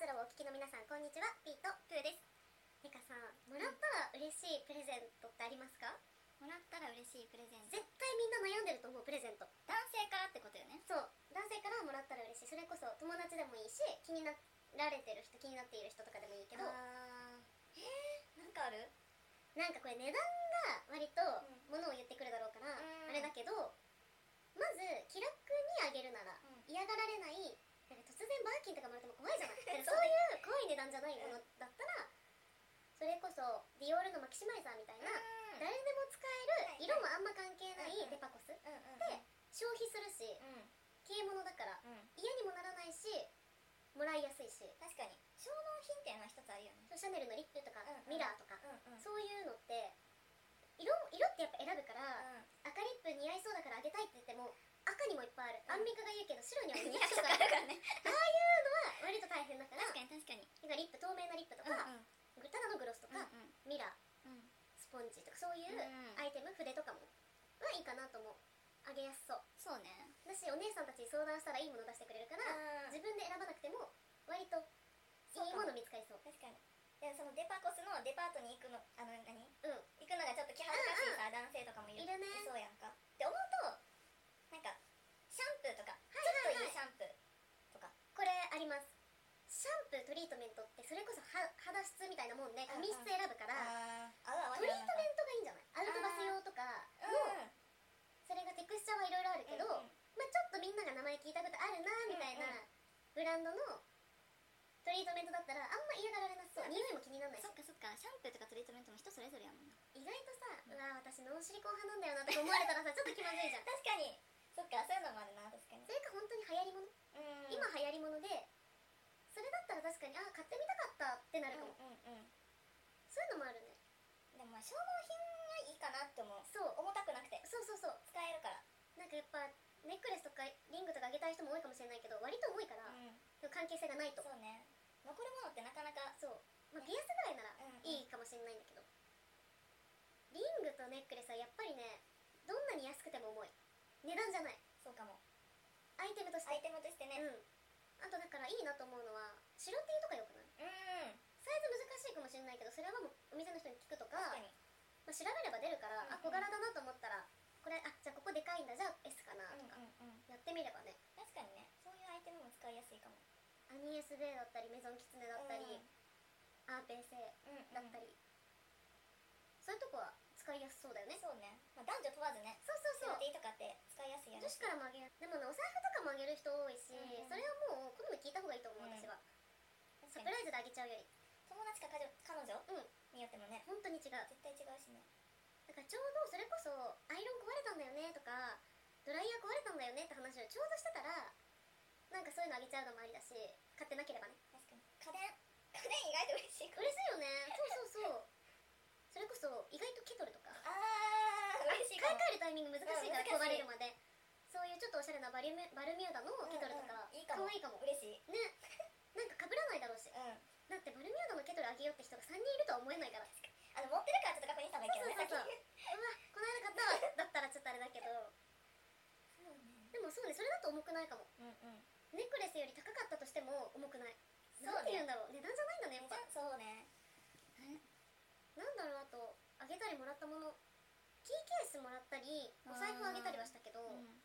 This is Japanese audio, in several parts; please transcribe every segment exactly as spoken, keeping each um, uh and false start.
ズラをお聞きの皆さん、こんにちは。ピーとプーです。てかさ、もらったら嬉しいプレゼントってありますか？ もらったら嬉しいプレゼント。 絶対みんな悩んでると思う、プレゼント。 男性からってことよね。 そう、男性からもらったら嬉しい。それこそ友達でもいいし、気になられてる人、気になっている人とかでもいいけど、 あー、えー、なんかある？ なんかこれ値段が割と物を言ってくるだろうから、 うんあれだけど、まず気楽にあげるなら、 うん嫌がられない、なんか突然バーキンとかもらっても怖いじゃない。そういう怖い値段じゃないものだったら、それこそディオールのマキシマイザーみたいな、 うん誰でも使える、色もあんま関係ないデパコスでうんうんうん消費するし、 うん消え物だからうん、 嫌にもならないし、もらいやすいし、 確かに消耗品っていうのは一つあるよね。 シャネルのリップとか、 うんうんミラーとか、 うんうんそういうのって色色ってやっぱ選ぶから、 うん赤リップ似合いそうだからあげたいって言っても赤にもいっぱいある、 うんアンミカが言うけど白にはににひゃくひゃく色あるからね。 ああいうのは割と大変だから、 確かに確かに。 なんかリップ、透明なリップとか、 うんただのグロスとか、 うんミラー、 うんスポンジとかそういううんアイテム、筆とかもはいいかなと思う。あげやすそうそうね。 だし、お姉さんたちに相談したらいいもの出してくれるから、 うん自分で選ばなくても割といいもの見つかりそう。 確かに。でそのデパコスのデパートに行くの、あの何うん行くのがちょっと気恥ずかしいさ、男性とかもいるいるねいそうやんかって思うと、なんかシャンプーとか、 はいはいはいちょっといいシャンプーとか。 これあります。シャンプー、トリートメントってそれこそは肌質みたいなもんで髪質選ぶから、 あー合う合わトリートメンントがいいんじゃない？アウトバス用とかの、それがテクスチャーはいろいろあるけど、 うんうんまあちょっとみんなが名前聞いたことあるなみたいなうんうんブランドのトリートメントだったらあんま嫌がられなそう。匂いも気にならないし、 そっかそっか、シャンプーとかトリートメントも人それぞれやもんな。 意外とさ、うわ私ノンシリコン派なんだよなとか思われたらさ、ちょっと気まずいじゃん。 確かに。そっか、そういうのもあるな。確かに。 それか本当に流行り物、 うん今流行り物で、それだったら確かにあ買ってみたかったってなるかも、 うんうんうん。 そういうのもあるね。 でもまあ消耗品がいいかなって思う。 そう重たくなくてそうそうそう。 使えるから。 なんかやっぱネックレスとかリングとかあげたい人も多いかもしれないけど、割と重いから、 うん。 関係性がないと。 そうね。残るものってなかなか。 そう、まあ、ピアスぐらいならうんうんいいかもしれないんだけど、リングとネックレスはやっぱりね、どんなに安くても重い。値段じゃない、 そうかも。 アイテムとしてアイテムとしてね。 うん。あとだからいいなと思うのは白 T とかよくない？ うん。 サイズ難しいかもしれないけど、それはもうお店の人に聞くとか、 確かに。 まあ、調べれば出るから、 うんうんあ小柄だなと思ったらこれ、あじゃあここでかいんだ、じゃあ S かなうんとか、 うんうん。 やってみればね。 確かにね。そういうアイテムも使いやすいかも。 アニエスベイだったりメゾンキツネだったり、 うんアーペーセうんうんだったり、そういうとこは使いやすそうだよね。 そうね。まあ男女問わずね。 そうそうそう。 セロティとかって使いやすいや女子からもあげる。でもね、お財布とかもあげる人多いし、 うんうんそれはもう好み聞いた方がいいと思う、 うん私は。サ確かに。 プライズであげちゃうより。 友達か彼女彼女うん、 によってもね、 本当に違う。だ絶対違うしね。 からちょうどそれこそアイロン壊れたんだよねとか、ドライヤー壊れたんだよねって話をちょうどしてたら、なんかそういうのあげちゃうのもありだし、買ってなければね。 確かに。家電家電意外と嬉しいかも。 嬉しいよね。そうそうそう。それこそ意外とケトルとか、 あー嬉しいかも。 買い替えるタイミング難しいから、 うん難しい壊れるまで。そういうちょっとおしゃれなバリュメバルミューダのケトルとか、 うんうんいいかも。 可愛いかも嬉しい。 ね。なんか被らないだろうし、 うん。 だってバルミューダのケトルあげようって人がさんにんいるとは思えないから。 あの持ってるからちょっと確認した方がいいけどね。 そうそうそう先にうわこの間買ったわだったらちょっとあれだけど、 そうね。 でもそうね、それだと重くないかも。 うんうん。 ネックレスより高かったとしても重くない。 そうねなんて言うんだろう、値段じゃないんだね、やっぱ。 そうね。 なんだろう、あとあげたりもらったもの、キーケースもらったりお財布あげたりはしたけど、 うん。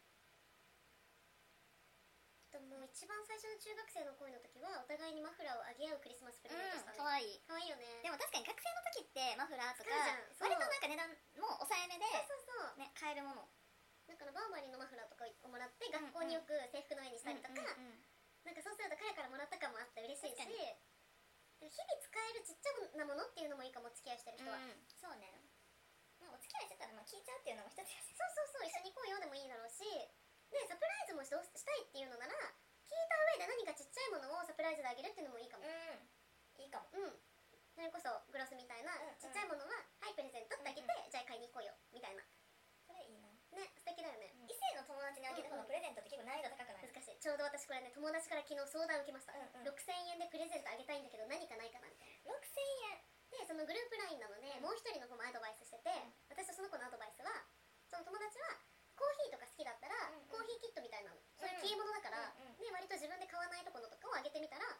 でも一番最初の中学生の恋の時はお互いにマフラーをあげ合うクリスマスプレゼントしたね。 かわいい。 かわいいよね。 でも確かに学生の時ってマフラーとか使うじゃんそう割となんか値段も抑えめでそうそうそう。 ね買えるもの。 だからバーバリーのマフラーとかをもらって学校によく制服の上にしたりとか、 うんうんうんなんかそうすると彼からもらった感もあって嬉しいし、 確かに日々使えるちっちゃなものっていうのもいいかも、お付き合いしてる人は。 うんそうね。まあお付き合いしてたらまあ聞いちゃうっていうのも一つやし。 そうそうそう、一緒に行こうよでもいいだろうし、でサプライズもしどうしたいっていうのなら、聞いた上で何かちっちゃいものをサプライズであげるっていうのもいいかも。 うんいいかも。 うん。それこそグロスみたいなうんうんちっちゃいものは、はいプレゼントってあげて、 うんじゃあ買いに行こうよみたいな。 それいいな。 ね、素敵だよね。 異性の友達にあげる方のプレゼントって結構難易度高くない？ 難しい。ちょうど私これね、友達から昨日相談受けました。 うんうんろくせんえんでプレゼントあげたいんだけど何かないかなみたいな。 ろくせんえん。 でそのグループ ライン なので、もう一人の子もアドバイスしてて、 うん私とその子のアドバイスは、その友達はコーヒーとか好きだったら、 うんうんコーヒーキットみたいなの、それ消え物だから、 うんうんで割と自分で買わないところとかをあげてみたら、 うん楽し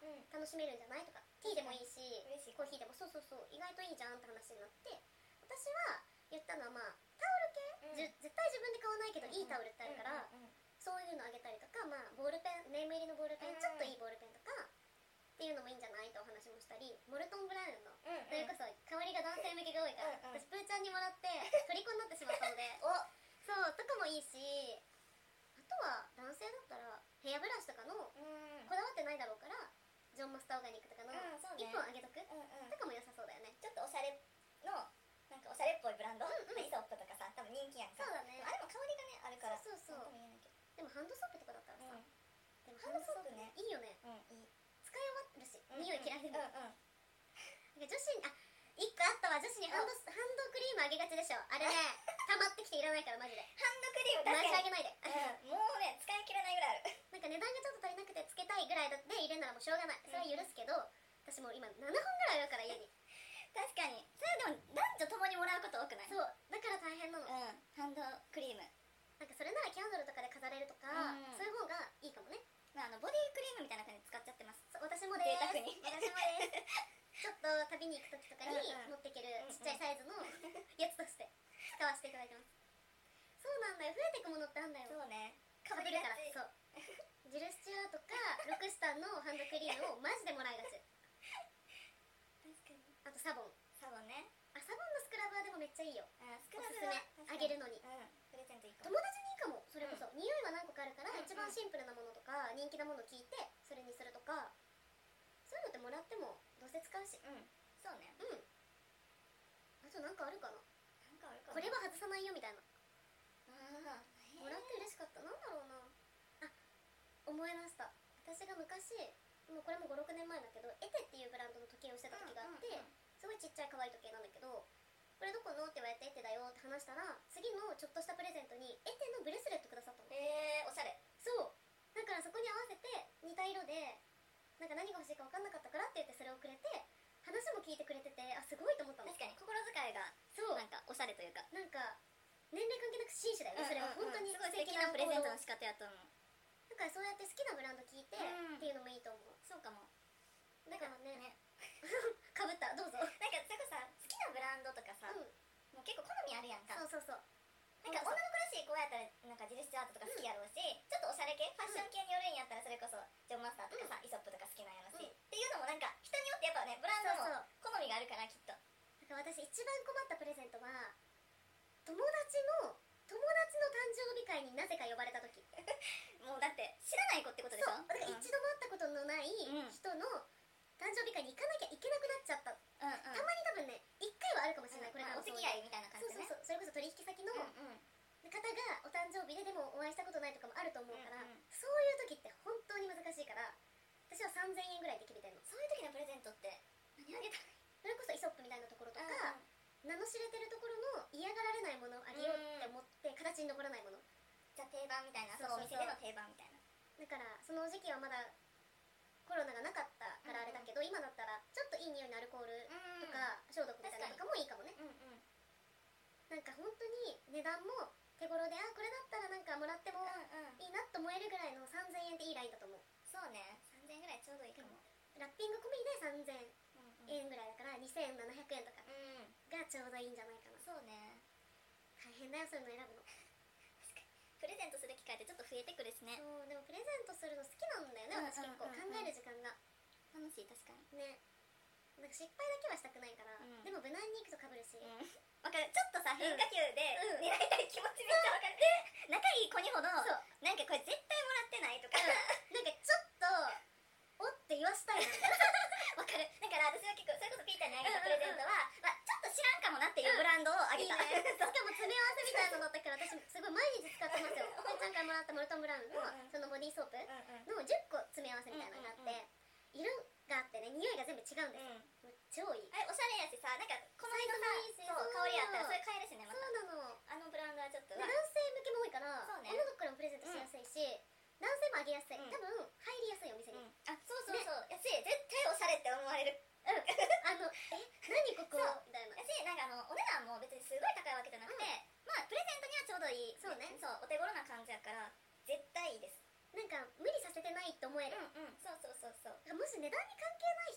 しめるんじゃないとか、ティーでもいいし嬉しいコーヒーでも、そうそうそう、意外といいじゃんって話になって、私は言ったのは、まあタオル系、 うんじゅ絶対自分で買わないけど、 うんいいタオルってあるから、 うんうんうんそういうのあげたりとか、まあボールペン、ネーム入りのボールペン、 うんちょっといいボールペンとかっていうのもいいんじゃないとお話もしたり、モルトンブラウンの、 うんうんそれこそ香りが男性向けが多いから、 うんうん私プーちゃんにもらって虜になってしまったのでおそうとかもいいし、あとは男性だったらヘアブラシとかのうんこだわってないだろうから、ジョンマスターオーガニックとかのうんそうねいっぽんあげとくうんうんとかも良さそうだよね。 ちょっとおしゃれのなんかおしゃれっぽいブランド、 うんうんイソップとかさ多分人気やんか。 そうだね。 あれも香りがねあるからそうそうそうなんとも言えないけどでもハンドソープとかだったらさ、 うんでもハンドソープねいいよね。 うんいい使い終わるし、匂い嫌いでも、 うんうんなんか女子に、あ、一個あったわ、女子にハンドハンドクリームあげがちでしょ。あれね、溜まってきていらないからマジで。 ハンドクリーム申確かにし訳ないで。 うんもうね使い切れないぐらいあるなんか値段がちょっと足りなくてつけたいぐらいで入れるならもうしょうがない。それは許すけど、私もう今ななほんぐらいあるから家に。 確かにそれでも男女ともにもらうこと多くない？ そう、だから大変なの。 うんハンドクリームなんかそれならキャンドルとかで飾れるとか、 うんそういう方がいいかもね。 まああのボディクリームみたいな感じで使っちゃってます。 そう、私もです。 贅沢に私もです。ちょっと旅に行く時とかにうんうん持っていけるちっちゃいサイズのやつとして使わせていただいてます。そうなんだよ、増えていくものってあんだよ。 そうねかぶるから。そう。ジルスチュアーとかロクスタンのハンドクリームをマジでもらいがち。 確かにあとサボン。 サボンねあ、サボンのスクラブはでもめっちゃいいよ。 あスクおすすラブはめ。あげるのに。 うんプレゼントいいか友も達にいいかも。それこそ、匂いは何個かあるから、 うんうん一番シンプルなものとか人気なものを聞いてそれにするとか、そういうのってもらってもどうせ使うし。 うんそうねうん。あとなんかあるかな。 なんかあるかなこれは外さないよみたいな。 あーもらって嬉しかった。なんだろうな。あ、思い出した。私が昔、もうこれもごろくねんまえだけど、エテっていうブランドの時計をしてた時があって、 うんうんうんすごいちっちゃい可愛い時計なんだけど、これどこのって言われてエテだよって話したら、次のちょっとしたプレゼントにエテのブレスレットくださったの。 へえおしゃれそうだからそこに合わせて似た色で、なんか何が欲しいか分かんなかったからって言ってそれをくれて、話も聞いてくれてて、あ、すごいと思ったの。 確かに心遣いがそうなんかおしゃれというかなんか年齢関係なく紳士だよね、それは本当にすごい素敵なプレゼントの仕方やと思う。 だからそうやって好きなブランド聞いて、 うんっていうのもいいと思う。 そうかも。 だからね、 ねかぶったどうぞ。 なんかそれこそさ好きなブランドとかさ、 うん、 もう結構好みあるやんか。 そうそうそう。 なんか女の子らしい子やったらなんかジルスチュアートとか好きやろうし、ちょっとおしゃれ系ファッション系によるんやったらそれこそジョンマスターとかさ、イソップとか好きなんやろし、 うんっていうのもなんか人によってやっぱねブランドそうも好みがあるからきっと。 だから私一番困ったプレゼントは、友達の友達の誕生日会になぜか呼ばれた時。 もうだって知らない子ってことでしょ。 そうだから一度も会ったことのないうん人の誕生日会に行かなきゃいけなくなっちゃった。 うんうんたまに多分ね、一回はあるかもしれない、これからもまあお付き合いみたいな感そうじでね。 そうそう、それこそ取引先のうん方うんがお誕生日ででもお会いしたことないとかもあると思うから、 うんうんそういう時って本当に難しいから、私はさんぜんえんぐらいで決めてるの。 そういう時のプレゼントって何あげたらいい？ それこそイソップみたいなところとか、 うん名の知れてるところの嫌がられないものをあげようって思って形に残らないものじゃあ定番みたいな、そそうそうそうのお店での定番みたいな。 だから、その時期はまだコロナがなかったからあれだけど、今だったらちょっといい匂いのアルコールとか消毒みたいなのとかもいいかもね。 うんうんなんか本当に値段も手頃で、あ、これだったらなんかもらってもうんうんいいなと思えるぐらいのさんぜんえんっていいラインだと思う。 そうねさんぜんえんぐらいちょうどいいかも。 ラッピング込みでさんぜんうんうんえんぐらいだからにせんななひゃくえんとかうんがちょうどいいんじゃないかな。 そうね。 大変だよ、そういうの選ぶの。 プレゼントする機会ってちょっと増えてくるしね。 そう、でもプレゼントするの好きなんだよね、私結構考える時間が楽しい確かに。 ね。なんか失敗だけはしたくないから、 うんでも無難にいくとかぶるし、 うんわかる。ちょっとさ変化球でうん狙いたい気持ちめっちゃわかる。仲いい子にほどなんそうかこれ絶対もらってないとかなんかちょっとおって言わしたいなみたいな。 わかる。だから私は結構それこそピーターにあげたプレゼントは、まあ、ちょっと知らんかもなっていうブランドをあげた。 いいね。しかも詰め合わせみたいなのだったから、私すごい毎日使ってますよ。ふーちゃんからもらったモルトンブラウンのうんうんそのボディーソープうんうんのじゅっこ詰め合わせみたいなのがあって、 うんうんうん色があってね、匂いが全部違うんですよ。もう超いい。 あれおしゃれやしさ、なんかこの間サイズもいいしさそう香りあったらそれ買えるしねまそた。 うなの。 あのブランドはちょっとで男性向けも多いから、 そうね女の子からもプレゼントしやすいし、男性もあげやすい。 うん多分入りやすいお店に。 うんあそうそうそう、やし絶対おしゃれって思われる。 あの、え、何ここそうみたいな。 やしなんかあのお値段も別にすごい高いわけじゃなくて、まあプレゼントにはちょうどいい。 そうねそうお手頃な感じやから絶対いいです。 なんか無理させてないって思える。 うんうんそうそうそうそう。 もし値段に関係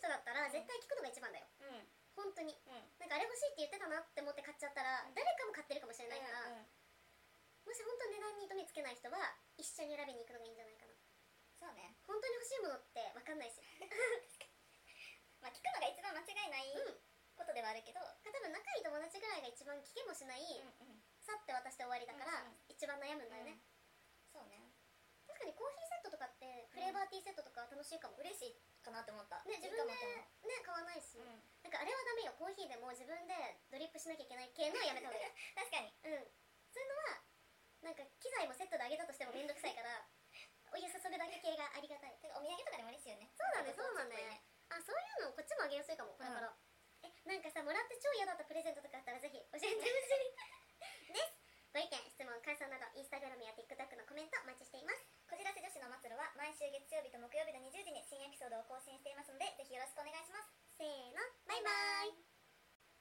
人だったらうん絶対聞くのが一番だよ、 うんうん本当に。 うんなんかあれ欲しいって言ってたなって思って買っちゃったら、 うん誰かも買ってるかもしれないから、 うんうんもし本当に値段に糸目つけない人は一緒に選びに行くのがいいんじゃないかな。 そうね。 本当に欲しいものって分かんないしまあ聞くのが一番間違いないうんことではあるけど、 多分仲いい友達ぐらいが一番聞けもしない、 うんうんさって渡して終わりだから、 うんうん一番悩むんだよね、 そうね。 確かにコーヒーセットとかってフレーバーティーセットとか楽しいかも、 嬉しいかなって思った。 ね、 いい自分でかもって思うね買わないし、 うんなんかあれはダメよ。コーヒーでも自分でドリップしなきゃいけない系のはやめた方がいい確かに。 うんそういうのはなんか機材もセットであげたとしてもめんどくさいからお湯注ぐだけ系がありがたい。 てかお土産とかでも嬉しいよね。 そうだねそうだね。あ、そういうのこっちもあげやすいかも。これから、 うんえ、なんかさ、もらって超嫌だったプレゼントとかあったらぜひ教えてほしいですご意見、質問、感想などインスタグラムや TikTok のコメントお待ちしています。 こじらせ女子の末路は毎週月曜日と木曜日のにじゅうじに新エピソードを更新していますので、ぜひよろしくお願いします。